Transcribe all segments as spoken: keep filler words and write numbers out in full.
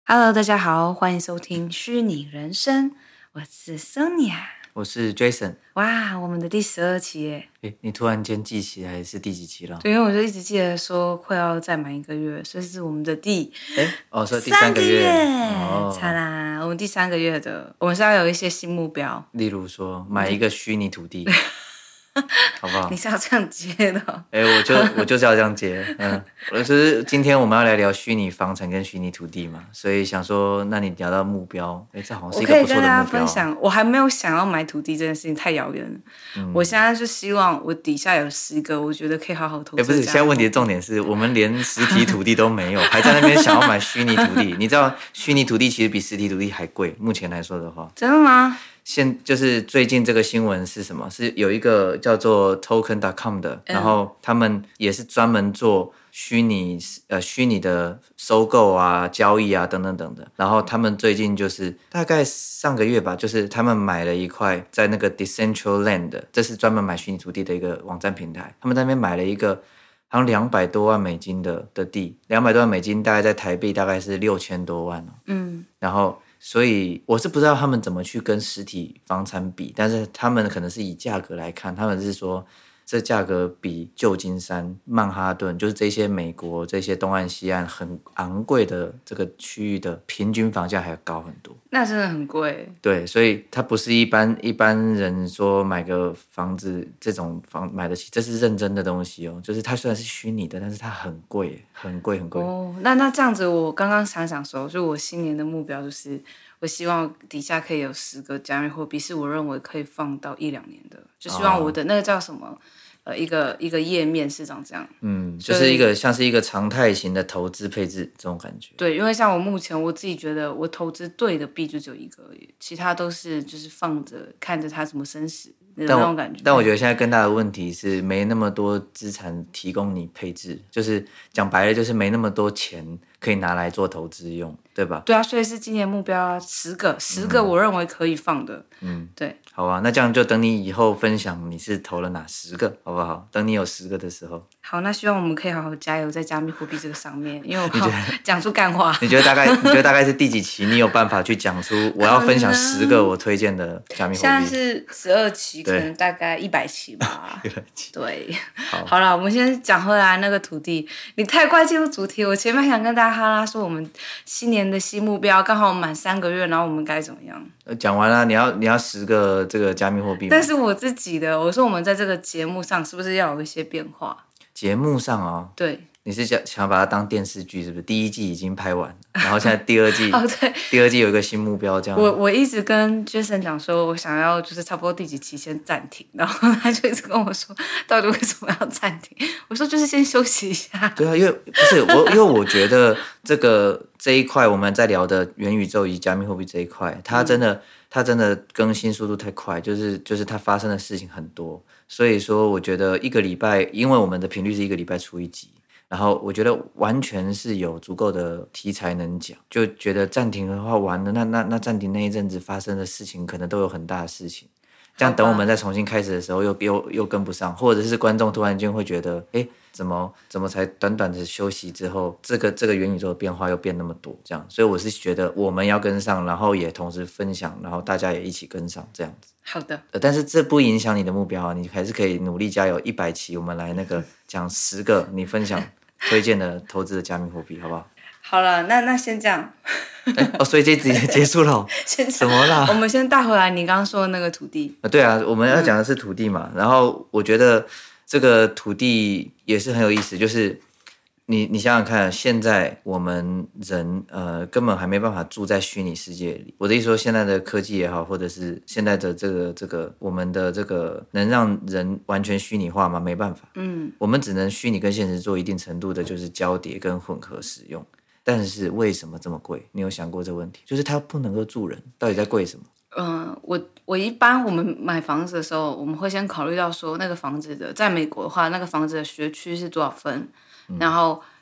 Hello，大家好，欢迎收听虚拟人生，我是 Sonia， 我是 Jason。 哇，我们的第十二期耶！ 诶，你突然间记起来是第几期了？ 对，因为我就一直记得说快要再满一个月，所以是我们的第诶哦，说第三个三个月哦，擦哦。 啦，我们第三个月的，我们是要有一些新目标， 例如说买一个虚拟土地，好不好？ 你是要这样接的、哦？ 哎，我就我就是要这样接，嗯，我就是今天我们要来聊虚拟房产跟虚拟土地嘛，所以想说，那你聊到目标，哎，这好像是我一个不错可以跟大家的目标啊。 分享，我还没有想要买土地这件事情，太遥远了。 嗯我现在就希望我底下有十个，我觉得可以好好投资。 哎，不是，现在问题的重点是我们连实体土地都没有，还在那边想要买虚拟土地。你知道虚拟土地其实比实体土地还贵，目前来说的话。 真的吗？ 现就是最近这个新闻是什么？是有一个叫做 Token 点 com 的，然后他们也是专门做虚拟呃虚拟的收购啊、交易啊等等等的。然后他们最近就是大概上个月吧，就是他们买了一块在那个 Decentraland， 这是专门买虚拟土地的一个网站平台。他们在那边买了一个好像两百多万美金的的地，两百多万美金大概在台币大概是六千多万哦。 嗯， 然后。所以我是不知道他们怎么去跟实体房产比，但是他们可能是以价格来看，他们是说这价格比旧金山、曼哈顿，就是这些美国这些东岸西岸很昂贵的这个区域的平均房价还要高很多。 那真的很贵。 对，所以它不是一般一般人说买个房子这种房买得起，这是认真的东西哦。就是它虽然是虚拟的，但是它很贵，很贵，很贵。 哦，那那这样子，我刚刚想想说，就我新年的目标就是，我希望底下可以有十个加密货币，是我认为可以放到一两年的，就希望我的那个叫什么？呃，一个一个页面是长这样， 嗯，就是一个像是一个常态型的投资配置这种感觉。 对，因为像我目前我自己觉得，我投资对的币就只有一个而已，其他都是就是放着看着它怎么生死的那种感觉。 但我觉得现在更大的问题是没那么多资产提供你配置，就是讲白了就是没那么多钱可以拿来做投资用，对吧？ 对啊，所以是今年目标啊，十个，十个我认为可以放的。嗯，对。 好啊，那这样就等你以后分享你是投了哪十个，好不好？等你有十个的时候。 好，那希望我们可以好好加油在加密货币这个上面，因为我怕讲出干话。 你觉得大概？你觉得大概是第几期？你有办法去讲出我要分享十个我推荐的加密货币？ 现在是十二期，可能大概一百期吧。 一百期。 对， 好， 好了，我们先讲回来那个土地。你太快进入主题，我前面想跟大家哈拉说我们新年的新目标，刚好满三个月，然后我们该怎么样？ 讲完了，你要你要十个这个加密货币吗？ 但是我自己的，我说我们在这个节目上是不是要有一些变化？ 节目上哦， 对， 你是想想把它当电视剧是不是？第一季已经拍完，然后现在第二季哦对， 第二季有一个新目标，这样。 我我一直跟 Jason 讲说，我想要就是差不多第几期先暂停，然后他就一直跟我说，到底为什么要暂停？我说就是先休息一下。 对啊，因为不是我，因为我觉得这个这一块我们在聊的元宇宙以及加密货币这一块，它真的、嗯、它真的更新速度太快，就是就是它发生的事情很多，所以说我觉得一个礼拜，因为我们的频率是一个礼拜出一集。然后我觉得完全是有足够的题材能讲，就觉得暂停的话完了，那那那暂停那一阵子发生的事情可能都有很大的事情，这样等我们再重新开始的时候又又又跟不上，或者是观众突然间会觉得，哎，怎么怎么才短短的休息之后，这个这个元宇宙的变化又变那么多，这样，所以我是觉得我们要跟上，然后也同时分享，然后大家也一起跟上，这样子。 好的， 但是这不影响你的目标啊，你还是可以努力加油，一百期我们来那个讲十个你分享推荐的投资的加密货币，好不好？ 好了，那那先这样。 哦，所以这集结束了，怎么啦？ 我们先带回来你刚刚说的那个土地。 啊，对啊，我们要讲的是土地嘛，嗯、然后我觉得这个土地也是很有意思，就是你你想想看，现在我们人呃根本还没办法住在虚拟世界里。我的意思说，现在的科技也好，或者是现在的这个这个我们的这个能让人完全虚拟化吗？没办法，嗯，我们只能虚拟跟现实做一定程度的就是交叠跟混合使用。但是为什么这么贵？你有想过这个问题？就是它不能够住人，到底在贵什么？ 嗯、呃，我我一般我们买房子的时候，我们会先考虑到说那个房子的，在美国的话，那个房子的学区是多少分，嗯、然后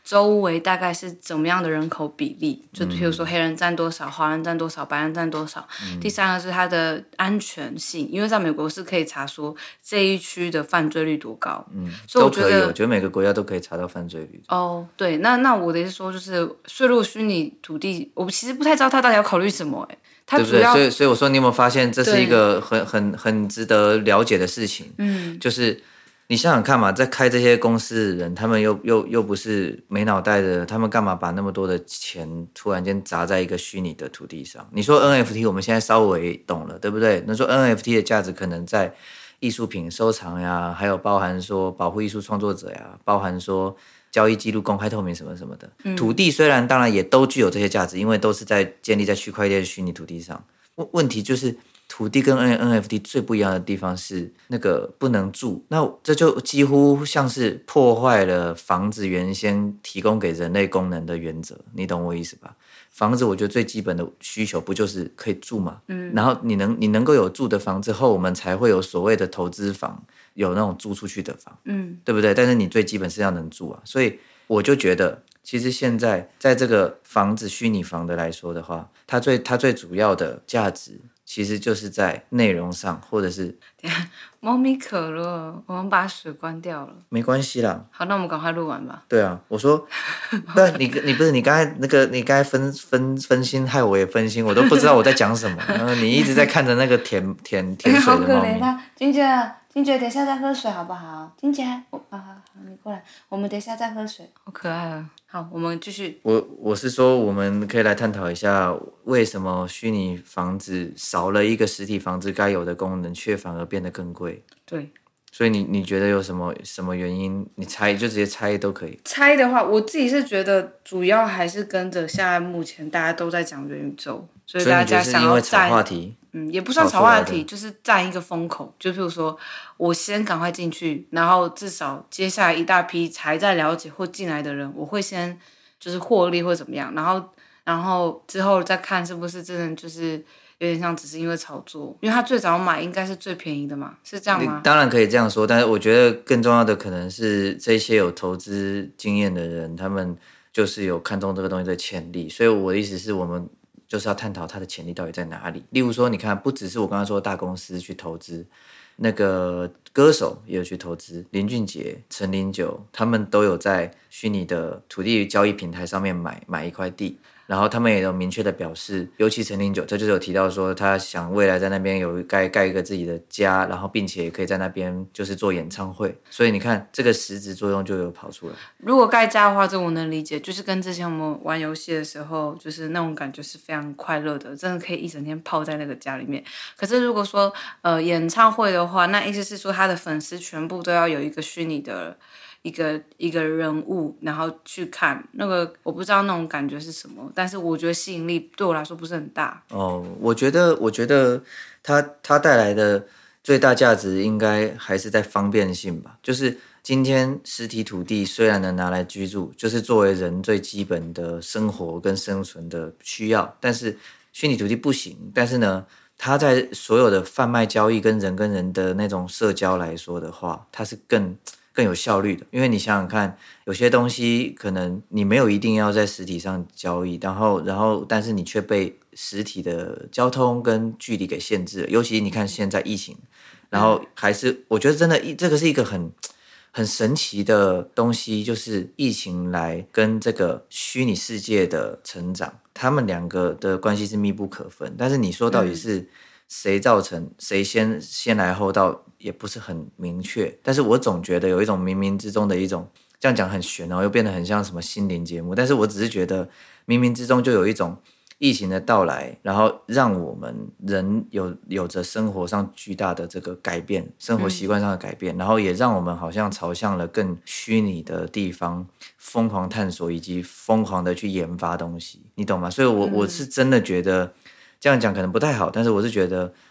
周围大概是怎么样的人口比例，就比如说黑人占多少，华人占多少，白人占多少。嗯、第三个是它的安全性，因为在美国是可以查说这一区的犯罪率多高。 嗯， 所以我觉得都可以，我觉得每个国家都可以查到犯罪率。 哦，对，那那我的意思说，就是税入虚拟土地，我其实不太知道他到底要考虑什么、欸，哎，他主要对不对？所以，所以我说，你有没有发现这是一个很很很值得了解的事情？ 嗯， 就是你想想看嘛，在开这些公司的人，他们又又又不是没脑袋的，他们干嘛把那么多的钱突然间砸在一个虚拟的土地上？你说 N F T， 我们现在稍微懂了，对不对？那说 N F T 的价值可能在艺术品收藏呀，还有包含说保护艺术创作者呀，包含说交易记录公开透明什么什么的。嗯、土地虽然当然也都具有这些价值，因为都是在建立在区块链的虚拟土地上。问题就是土地跟 N F T 最不一样的地方是那个不能住，那这就几乎像是破坏了房子原先提供给人类功能的原则，你懂我意思吧？房子我觉得最基本的需求不就是可以住吗？嗯，然后你能你能够有住的房之后，我们才会有所谓的投资房，有那种租出去的房，嗯，对不对？但是你最基本是要能住啊，所以我就觉得。其实现在在这个房子虚拟房的来说的话，它最它最主要的价值其实就是在内容上，或者是猫咪渴了，我们把水关掉了， 没关系啦。 好，那我们赶快录完吧。 对啊，我说，不是你你不是你刚才那个你刚才分分分心，害我也分心，我都不知道我在讲什么。然后你一直在看着那个甜甜甜水的猫咪。 好可怜啊，金姐。金姐，等一下再喝水好不好？金姐，我好好好，你过来，我们等一下再喝水。好可爱啊！好，我们继续。 我我是说，我们可以来探讨一下，为什么虚拟房子少了一个实体房子该有的功能，却反而变得更贵？ 对。 所以你你觉得有什么什么原因？你猜就直接猜都可以。 猜的话，我自己是觉得主要还是跟着现在目前大家都在讲元宇宙，所以大家想要占话题。 嗯，也不算炒话题，就是占一个风口。就譬如说，我先赶快进去，然后至少接下来一大批才在了解或进来的人，我会先就是获利或怎么样，然后然后之后再看是不是真的就是有点像只是因为炒作，因为他最早买应该是最便宜的嘛，是这样吗？ 当然可以这样说，但是我觉得更重要的可能是这些有投资经验的人，他们就是有看中这个东西的潜力，所以我的意思是我们。就是要探讨它的潜力到底在哪里。例如说，你看，不只是我刚刚说的大公司去投资，那个歌手也有去投资，林俊杰、陈零九他们都有在虚拟的土地交易平台上面买买一块地。然后他们也有明确的表示，尤其陈零九，这就是有提到说，他想未来在那边有盖盖一个自己的家，然后并且也可以在那边就是做演唱会。所以你看，这个实质作用就有跑出来。 如果盖家的话，这我能理解，就是跟之前我们玩游戏的时候，就是那种感觉是非常快乐的，真的可以一整天泡在那个家里面。可是如果说呃演唱会的话，那意思是说他的粉丝全部都要有一个虚拟的。一个一个人物，然后去看那个，我不知道那种感觉是什么，但是我觉得吸引力对我来说不是很大。 哦，我觉得，我觉得它它带来的最大价值应该还是在方便性吧。就是今天实体土地虽然能拿来居住，就是作为人最基本的生活跟生存的需要，但是虚拟土地不行。但是呢，它在所有的贩卖交易跟人跟人的那种社交来说的话，它是更。更有效率的，因为你想想看，有些东西可能你没有一定要在实体上交易，然后，然后，但是你却被实体的交通跟距离给限制了。尤其你看现在疫情，然后还是我觉得真的，这个是一个很很神奇的东西，就是疫情来跟这个虚拟世界的成长，他们两个的关系是密不可分。但是你说到底是谁造成，谁先先来后到？也不是很明确，但是我总觉得有一种冥冥之中的一种，这样讲很玄哦，又变得很像什么心灵节目。但是我只是觉得冥冥之中就有一种疫情的到来，然后让我们人有有着生活上巨大的这个改变，生活习惯上的改变，嗯、然后也让我们好像朝向了更虚拟的地方疯狂探索，以及疯狂的去研发东西，你懂吗？所以我，我我是真的觉得这样讲可能不太好，但是我是觉得。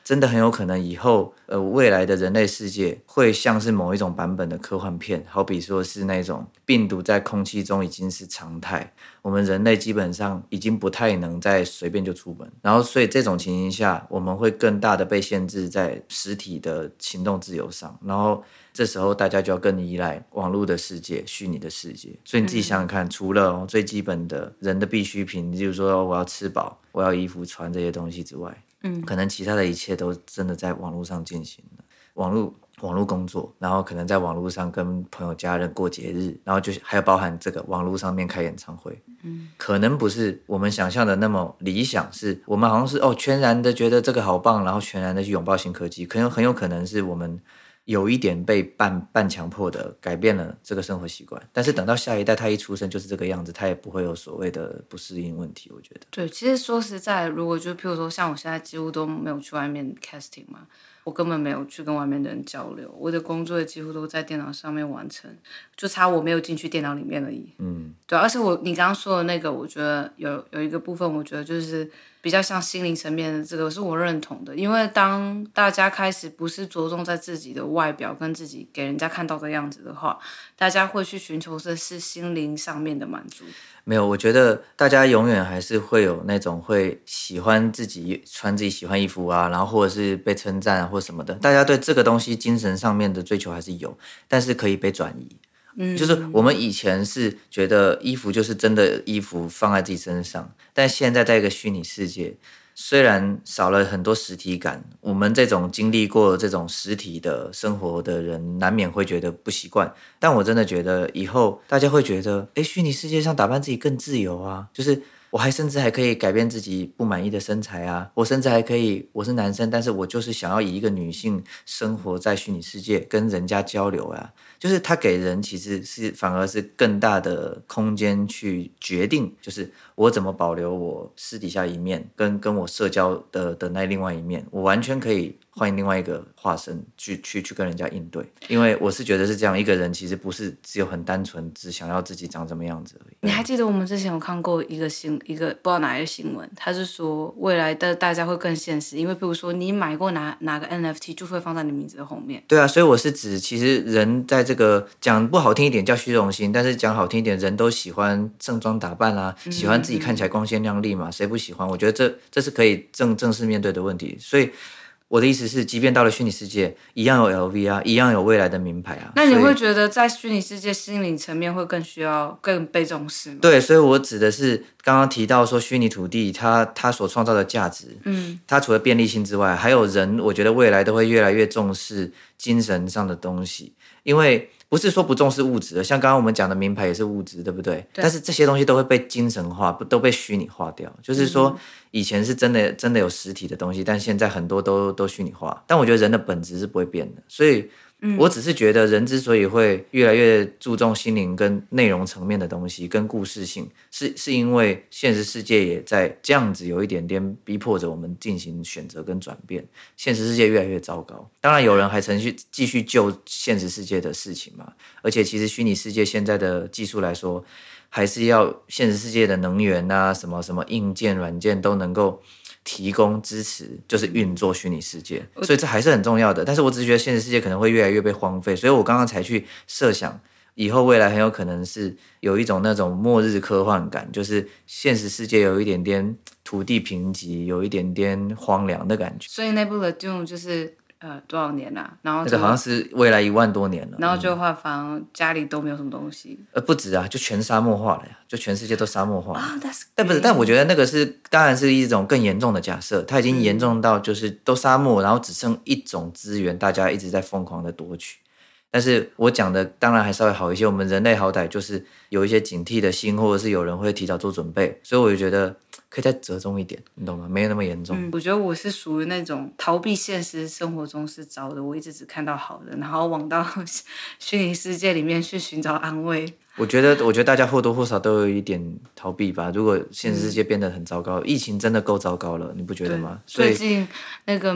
真的很有可能以后呃未来的人类世界会像是某一种版本的科幻片，好比说是那种病毒在空气中已经是常态，我们人类基本上已经不太能再随便就出门，然后所以这种情形下我们会更大的被限制在实体的行动自由上，然后这时候大家就要更依赖网络的世界、虚拟的世界。所以你自己想想看，嗯、除了、哦、最基本的人的必需品，例如说我要吃饱、我要衣服穿这些东西之外，嗯，可能其他的一切都真的在网络上进行了。网络网络工作，然后可能在网络上跟朋友家人过节日，然后就还有包含这个网络上面开演唱会，嗯，可能不是我们想象的那么理想，是我们好像是哦全然的觉得这个好棒，然后全然的去拥抱新科技，可能很有可能是我们有一点被半半强迫的改变了这个生活习惯，但是等到下一代他一出生就是这个样子，他也不会有所谓的不适应问题，我觉得。 对，其实说实在，如果就譬如说像我现在几乎都没有去外面 casting 嘛，我根本没有去跟外面的人交流，我的工作也几乎都在电脑上面完成，就差我没有进去电脑里面而已。嗯，对，而且我你刚刚说的那个，我觉得有有一个部分，我觉得就是比较像心灵层面的，这个是我认同的，因为当大家开始不是着重在自己的外表跟自己给人家看到的样子的话，大家会去寻求的是心灵上面的满足。 没有，我觉得大家永远还是会有那种会喜欢自己穿自己喜欢衣服啊，然后或者是被称赞啊或什么的，大家对这个东西精神上面的追求还是有，但是可以被转移。嗯，就是我们以前是觉得衣服就是真的衣服放在自己身上，但现在在一个虚拟世界，虽然少了很多实体感，我们这种经历过这种实体的生活的人难免会觉得不习惯，但我真的觉得以后大家会觉得诶，虚拟世界上打扮自己更自由啊，就是我还甚至还可以改变自己不满意的身材啊，我甚至还可以，我是男生，但是我就是想要以一个女性生活在虚拟世界跟人家交流啊，就是它给人其实是反而是更大的空间去决定，就是我怎么保留我私底下一面跟跟我社交的的那另外一面，我完全可以换另外一个化身去去去跟人家应对，因为我是觉得是这样，一个人其实不是只有很单纯只想要自己长什么样子而已。 你还记得我们之前有看过一个新一个不知道哪一个新闻，他是说未来的大家会更现实，因为比如说你买过哪哪个 N F T 就会放在你名字的后面。 对啊，所以我是指其实人在这个讲不好听一点叫虚荣心，但是讲好听一点，人都喜欢盛装打扮啊，嗯、喜欢自己看起来光鲜亮丽嘛，谁不喜欢？我觉得这这是可以正正式面对的问题，所以。我的意思是，即便到了虚拟世界，一样有 L V 啊，一样有未来的名牌啊。 那你会觉得在虚拟世界心灵层面会更需要、更被重视吗？ 对，所以我指的是刚刚提到说虚拟土地它它所创造的价值，嗯，它除了便利性之外，还有人，我觉得未来都会越来越重视精神上的东西，因为不是说不重视物质的，像刚刚我们讲的名牌也是物质，对不对？对。但是这些东西都会被精神化，都被虚拟化掉。就是说，以前是真的真的有实体的东西，但现在很多都都虚拟化。但我觉得人的本质是不会变的，所以。我只是觉得人之所以会越来越注重心灵跟内容层面的东西跟故事性，是是因为现实世界也在这样子有一点点逼迫着我们进行选择跟转变，现实世界越来越糟糕，当然有人还程序继续救现实世界的事情嘛，而且其实虚拟世界现在的技术来说，还是要现实世界的能源啊，什么什么硬件软件都能够提供支持，就是运作虚拟世界，所以这还是很重要的。但是我只是觉得现实世界可能会越来越被荒废，所以我刚刚才去设想，以后未来很有可能是有一种那种末日科幻感，就是现实世界有一点点土地贫瘠，有一点点荒凉的感觉。 所以那部的 Dune 就是呃多少年啊？然后那个好像是未来一万多年了。 然后就画房家里都没有什么东西。 呃，不止啊，就全沙漠化了呀，就全世界都沙漠化。 啊、oh, 但不是，但我觉得那个是当然是一种更严重的假设，它已经严重到就是都沙漠，然后只剩一种资源，大家一直在疯狂的夺取。但是我讲的当然还稍微好一些，我们人类好歹就是有一些警惕的心，或者是有人会提早做准备，所以我就觉得可以再折中一点，你懂吗？没有那么严重。 嗯，我觉得我是属于那种逃避现实生活中是糟的，我一直只看到好的，然后往到虚拟世界里面去寻找安慰。 我觉得，我觉得大家或多或少都有一点逃避吧。如果现实世界变得很糟糕，嗯、疫情真的够糟糕了，你不觉得吗？ 最近那个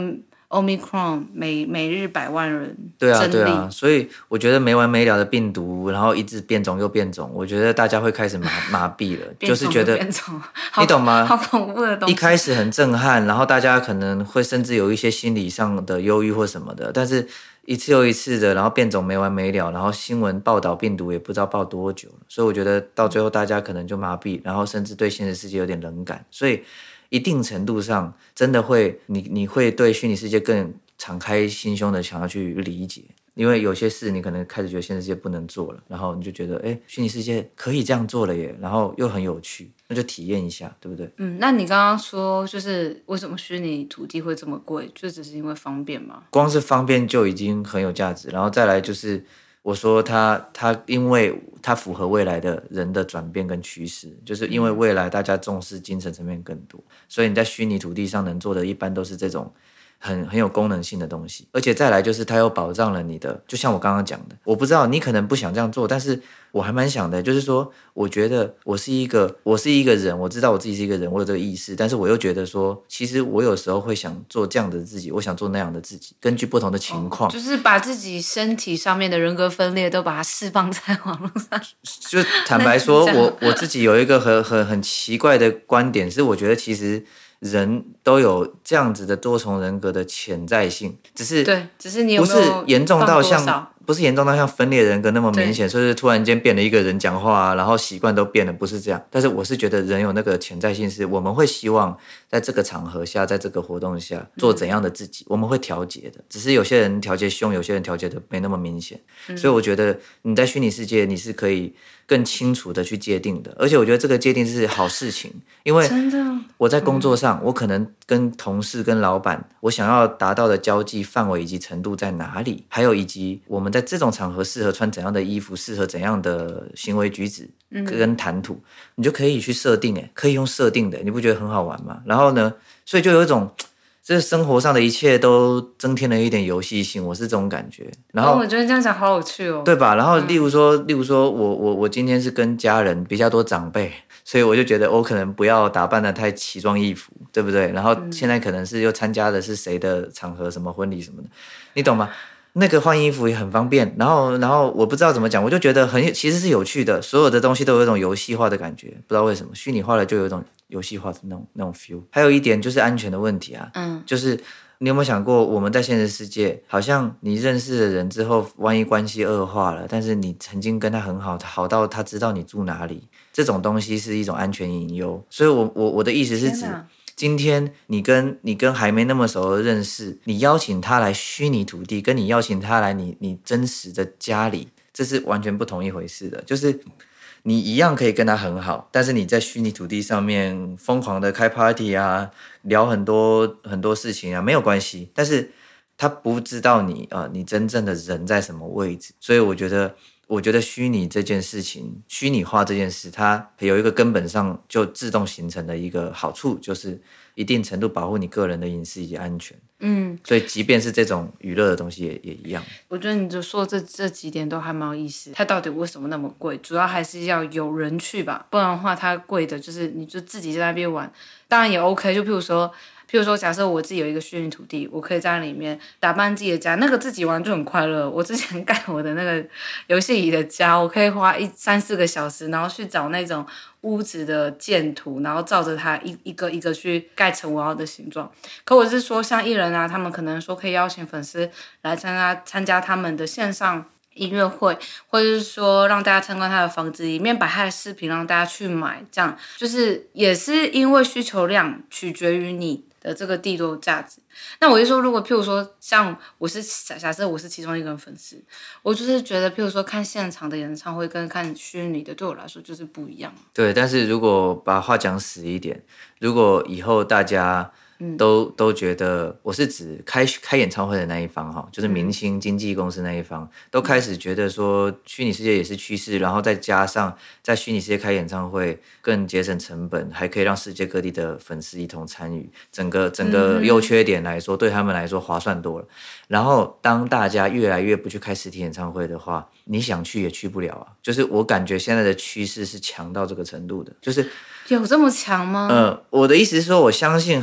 Omicron 每每日百万人对啊真对啊，所以我觉得没完没了的病毒，然后一直变种又变种，我觉得大家会开始麻麻痹了，就是觉得变种你懂吗？ 好恐怖的东西。 一开始很震撼，然后大家可能会甚至有一些心理上的忧郁或什么的，但是一次又一次的，然后变种没完没了，然后新闻报道病毒也不知道报多久了，所以我觉得到最后大家可能就麻痹，然后甚至对现实世界有点冷感，所以一定程度上真的会你你会对虚拟世界更敞开心胸的想要去理解。因为有些事你可能开始觉得现实世界不能做了，然后你就觉得哎，虚拟世界可以这样做了耶，然后又很有趣，那就体验一下，对不对？ 嗯，那你刚刚说就是为什么虚拟土地会这么贵，就只是因为方便吗？ 光是方便就已经很有价值，然后再来就是我说它它因为它符合未来的人的转变跟趋势，就是因为未来大家重视精神层面更多，所以你在虚拟土地上能做的一般都是这种很很有功能性的东西，而且再来就是它又保障了你的，就像我刚刚讲的，我不知道你可能不想这样做，但是我还蛮想的，就是说我觉得我是一个我是一个人，我知道我自己是一个人，我有这个意识，但是我又觉得说其实我有时候会想做这样的自己，我想做那样的自己，根据不同的情况、 哦、就是把自己身体上面的人格分裂都把它释放在网络上。 就坦白说我我自己有一个很很很奇怪的观点，是我觉得其实人都有这样子的多重人格的潜在性，只是对，只是你有没有不是严重到像放多少不是严重到像分裂人格那么明显，所以突然间变了一个人讲话啊，然后习惯都变了，不是这样。但是我是觉得人有那个潜在性，是我们会希望在这个场合下，在这个活动下做怎样的自己，嗯、我们会调节的。只是有些人调节凶，有些人调节的没那么明显。嗯、所以我觉得你在虚拟世界你是可以更清楚的去界定的，而且我觉得这个界定是好事情，因为我在工作上，嗯、我可能跟同事、跟老板，我想要达到的交际范围以及程度在哪里，还有以及我们在这种场合适合穿怎样的衣服，适合怎样的行为举止跟谈吐，嗯、你就可以去设定，可以用设定的，你不觉得很好玩吗？然后呢，所以就有一种这生活上的一切都增添了一点游戏性，我是这种感觉。然后、 哦、我觉得这样讲好有趣哦， 对吧？然后例如说，嗯、例如说我我我今天是跟家人比较多长辈，所以我就觉得我可能不要打扮的太奇装异服，对不对？然后现在可能是又参加的是谁的场合，什么婚礼什么的，你懂吗？那个换衣服也很方便，然后然后我不知道怎么讲，我就觉得很其实是有趣的，所有的东西都有一种游戏化的感觉，不知道为什么虚拟化了就有一种游戏化的那种那种 feel。还有一点就是安全的问题啊，嗯，就是你有没有想过，我们在现实世界，好像你认识的人之后，万一关系恶化了，但是你曾经跟他很好，好到他知道你住哪里，这种东西是一种安全隐忧。所以我我我的意思是指。今天你跟你跟还没那么熟的认识，你邀请他来虚拟土地，跟你邀请他来你你真实的家里，这是完全不同一回事的。就是你一样可以跟他很好，但是你在虚拟土地上面疯狂的开 party 啊，聊很多很多事情啊，没有关系。但是他不知道你啊、呃，你真正的人在什么位置，所以我觉得。我觉得虚拟这件事情，虚拟化这件事，它有一个根本上就自动形成的一个好处，就是一定程度保护你个人的隐私以及安全。嗯，所以即便是这种娱乐的东西也也一样。 我觉得你就说这这几点都还蛮有意思。它到底为什么那么贵？主要还是要有人去吧，不然的话它贵的就是你就自己在那边玩，当然也 OK。就譬如说。譬如说假设我自己有一个虚拟土地，我可以在里面打扮自己的家，那个自己玩就很快乐。我之前盖我的那个游戏里的家，我可以花一三四个小时，然后去找那种屋子的建图，然后照着它一一个一个去盖成我要的形状。可我是说像艺人啊，他们可能说可以邀请粉丝来参加参加他们的线上音乐会，或者是说让大家参观他的房子，里面摆他的饰品让大家去买，这样就是也是因为需求量取决于你的这个地多价值。那我就说，如果譬如说像我是假设我是其中一个粉丝，我就是觉得譬如说看现场的演唱会跟看虚拟的对我来说就是不一样。 对，但是如果把话讲死一点，如果以后大家都、嗯、都觉得，我是指开开演唱会的那一方哈，就是明星经纪公司那一方、嗯、都开始觉得说虚拟世界也是趋势，然后再加上在虚拟世界开演唱会更节省成本，还可以让世界各地的粉丝一同参与，整个整个优缺点来说、嗯、对他们来说划算多了。然后当大家越来越不去开实体演唱会的话，你想去也去不了啊。就是我感觉现在的趋势是强到这个程度的，就是有这么强吗？ 嗯，我的意思是说，我相信还是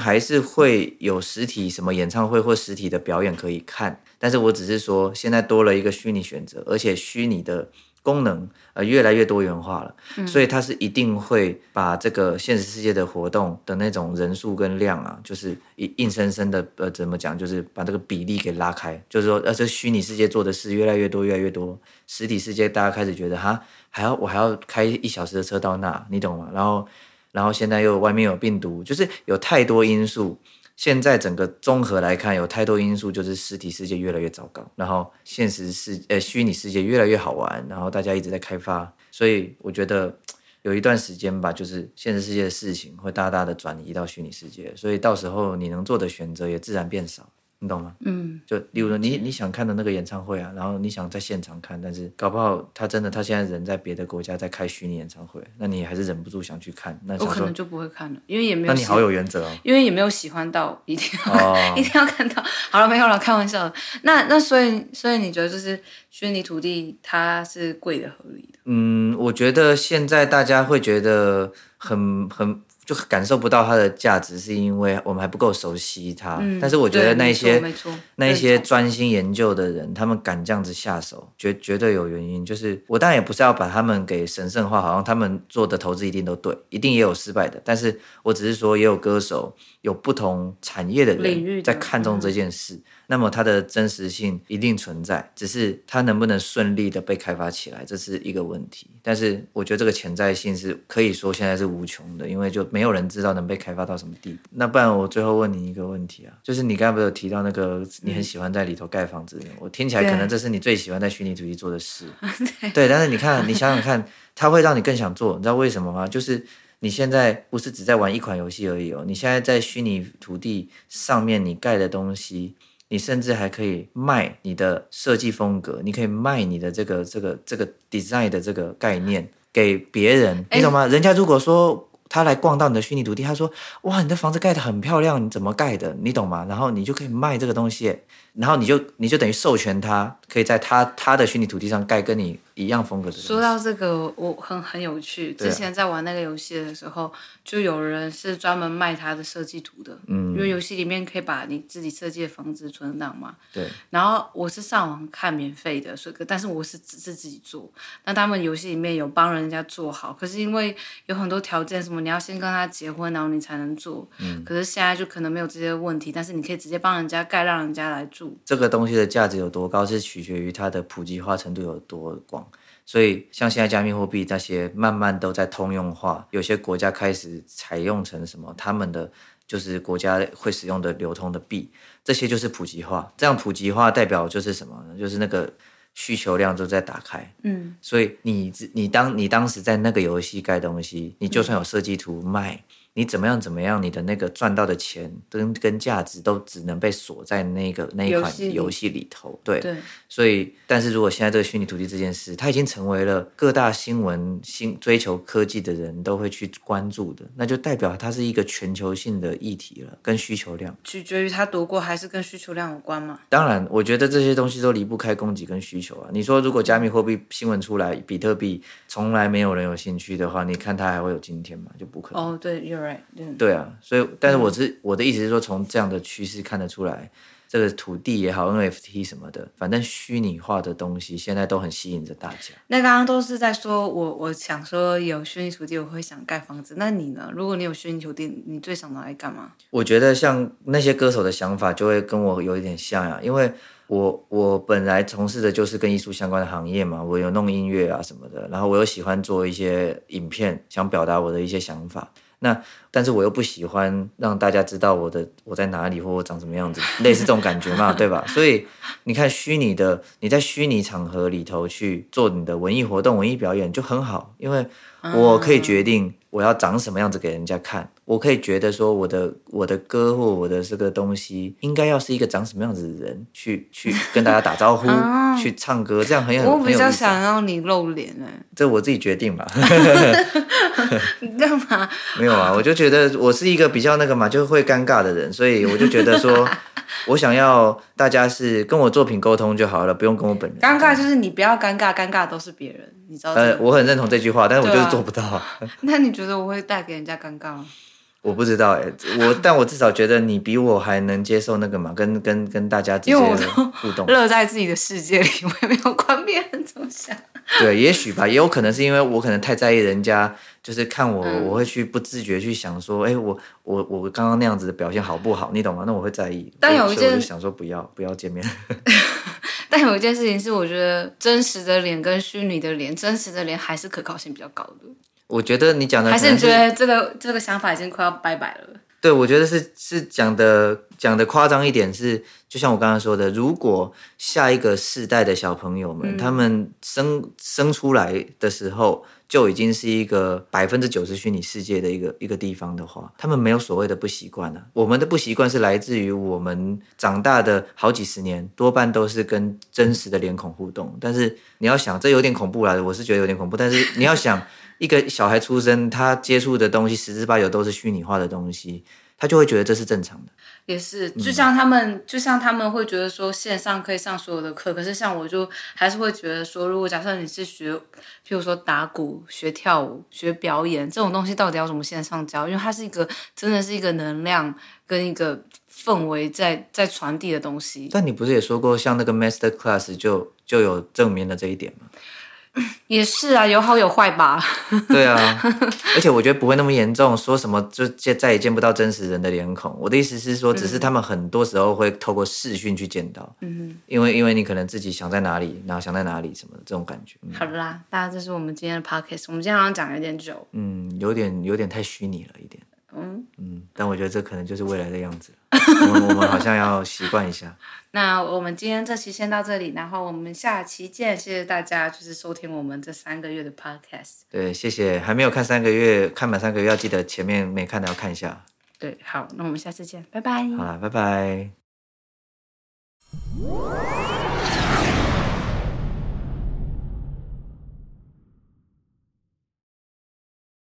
会有实体什么演唱会或实体的表演可以看，但是我只是说现在多了一个虚拟选择，而且虚拟的功能呃越来越多元化了、嗯、所以它是一定会把这个现实世界的活动的那种人数跟量啊，就是硬生生的呃怎么讲，就是把这个比例给拉开，就是说呃这虚拟世界做的事越来越多越来越多，实体世界大家开始觉得哈还要我还要开一小时的车到那，你懂吗？然后然后现在又外面有病毒，就是有太多因素，现在整个综合来看有太多因素，就是实体世界越来越糟糕，然后现实世呃虚拟世界越来越好玩，然后大家一直在开发，所以我觉得有一段时间吧，就是现实世界的事情会大大的转移到虚拟世界，所以到时候你能做的选择也自然变少，你懂吗？嗯，就例如说你你想看的那个演唱会啊，然后你想在现场看，但是搞不好他真的他现在人在别的国家在开虚拟演唱会，那你还是忍不住想去看，那想说我可能就不会看了，因为也没有。 那你好有原则哦。 因为也没有喜欢到一定要、哦、一定要看到。好了，没有了，开玩笑的。那那所以所以你觉得就是虚拟土地它是贵的合理的？ 嗯，我觉得现在大家会觉得很很。就感受不到它的价值，是因为我们还不够熟悉它、嗯、但是我觉得那些那些专心研究的人，他们敢这样子下手，绝绝对有原因。就是我当然也不是要把他们给神圣化，好像他们做的投资一定都对，一定也有失败的，但是我只是说也有歌手，有不同产业的人在看重这件事、嗯、那么它的真实性一定存在，只是它能不能顺利的被开发起来，这是一个问题。但是我觉得这个潜在性是可以说现在是无穷的，因为就没有人知道能被开发到什么地步。那不然我最后问你一个问题啊，就是你刚才不是有提到那个你很喜欢在里头盖房子、嗯、我听起来可能这是你最喜欢在虚拟土地做的事。对, 对，但是你看你想想看，它会让你更想做，你知道为什么吗？就是你现在不是只在玩一款游戏而已哦，你现在在虚拟土地上面你盖的东西，你甚至还可以卖你的设计风格，你可以卖你的这个这个这个 design 的这个概念给别人，你懂吗？人家如果说他来逛到你的虚拟土地，他说哇你的房子盖得很漂亮，你怎么盖的，你懂吗？然后你就可以卖这个东西，然后你就你就等于授权他可以在他他的虚拟土地上盖跟你一样风格的东西。 说到这个我很很有趣，之前在玩那个游戏的时候、啊、就有人是专门卖他的设计图的，嗯，因为游戏里面可以把你自己设计的房子存档嘛， 对。 然后我是上网看免费的，所以但是我是只是自己做，那他们游戏里面有帮人家做好，可是因为有很多条件，什么你要先跟他结婚然后你才能做、嗯、可是现在就可能没有这些问题，但是你可以直接帮人家盖让人家来住。 这个东西的价值有多高是取决于它的普及化程度有多广，所以像现在加密货币那些慢慢都在通用化，有些国家开始采用成什么他们的就是国家会使用的流通的币，这些就是普及化。这样普及化代表就是什么呢？就是那个需求量都在打开，嗯，所以你你当你当时在那个游戏盖东西，你就算有设计图卖、嗯，你怎么样怎么样，你的那个赚到的钱跟跟价值都只能被锁在那个那一款游戏里头，对对。所以，但是如果现在这个虚拟土地这件事，它已经成为了各大新闻新追求科技的人都会去关注的，那就代表它是一个全球性的议题了，跟需求量。 取决于它多过还是跟需求量有关吗？ 当然，我觉得这些东西都离不开供给跟需求啊。你说如果加密货币新闻出来，比特币从来没有人有兴趣的话，你看它还会有今天吗？就不可能。 哦，对 ，you're right。 对啊，所以，但是我是、嗯、我的意思是说，从这样的趋势看得出来，这个土地也好 ，N F T 什么的，反正虚拟化的东西现在都很吸引着大家。 那刚刚都是在说我我想说有虚拟土地我会想盖房子，那你呢？如果你有虚拟土地，你最想拿来干嘛？ 我觉得像那些歌手的想法就会跟我有一点像呀、啊，因为我我本来从事的就是跟艺术相关的行业嘛，我有弄音乐啊什么的，然后我又喜欢做一些影片，想表达我的一些想法。那但是我又不喜欢让大家知道我的我在哪里或我长什么样子，类似这种感觉嘛，对吧？所以你看虚拟的，你在虚拟场合里头去做你的文艺活动、文艺表演就很好，因为我可以决定我要长什么样子给人家看，我可以觉得说我的我的歌或我的这个东西应该要是一个长什么样子的人去去跟大家打招呼、啊、去唱歌，这样很有我比较想让你露脸哎， 这我自己决定吧。 你干嘛？ 没有啊，我就觉得我是一个比较那个嘛，就会尴尬的人，所以我就觉得说我想要大家是跟我作品沟通就好了，不用跟我本人。 尴尬就是你不要尴尬，尴尬都是别人，你知道、這個？ 呃，我很认同这句话，但是我就是做不到。啊、 那你觉得我会带给人家尴尬吗？ 我不知道哎、欸，我但我至少觉得你比我还能接受那个嘛，跟跟跟大家直接互动， 乐在自己的世界里，我也没有管别人怎么想。 对，也许吧，也有可能是因为我可能太在意人家，就是看我， 嗯、 我会去不自觉去想说，哎、欸，我我我刚刚那样子的表现好不好？你懂吗？那我会在意。 但有一件， 我就想说不要不要见面。 但有一件事情是，我觉得真实的脸跟虚拟的脸，真实的脸还是可靠性比较高的。 我觉得你讲的还是你觉得这个这个想法已经快要拜拜了？ 对，我觉得是是讲的讲的夸张一点是，就像我刚刚说的，如果下一个世代的小朋友们，嗯、他们生生出来的时候就已经是一个百分之九十虚拟世界的一个一个地方的话，他们没有所谓的不习惯啊。我们的不习惯是来自于我们长大的好几十年，多半都是跟真实的脸孔互动。但是你要想，这有点恐怖啦，我是觉得有点恐怖。但是你要想。一个小孩出生，他接触的东西十之八九都是虚拟化的东西，他就会觉得这是正常的。 也是，就像他们，嗯、就像他们会觉得说线上可以上所有的课，可是像我就还是会觉得说，如果假设你是学，譬如说打鼓、学跳舞、学表演这种东西，到底要怎么线上教？因为它是一个真的是一个能量跟一个氛围在在传递的东西。 但你不是也说过，像那个 Master Class 就就有证明了这一点吗？ 也是啊，有好有坏吧。 对啊，而且我觉得不会那么严重，说什么就再也见不到真实人的脸孔。我的意思是说，只是他们很多时候会透过视讯去见到，嗯，因为因为你可能自己想在哪里，然后想在哪里什么的这种感觉。嗯、 好啦，大家这是我们今天的 podcast， 我们今天好像讲有点久， 嗯，有点有点太虚拟了一点，嗯嗯，但我觉得这可能就是未来的样子我们我们好像要习惯一下。 那我们今天这期先到这里，然后我们下期见。谢谢大家，就是收听我们这三个月的 podcast。 对，谢谢。还没有看三个月，看满三个月要记得前面没看的要看一下。 对，好，那我们下次见，拜拜。 好啦，拜拜。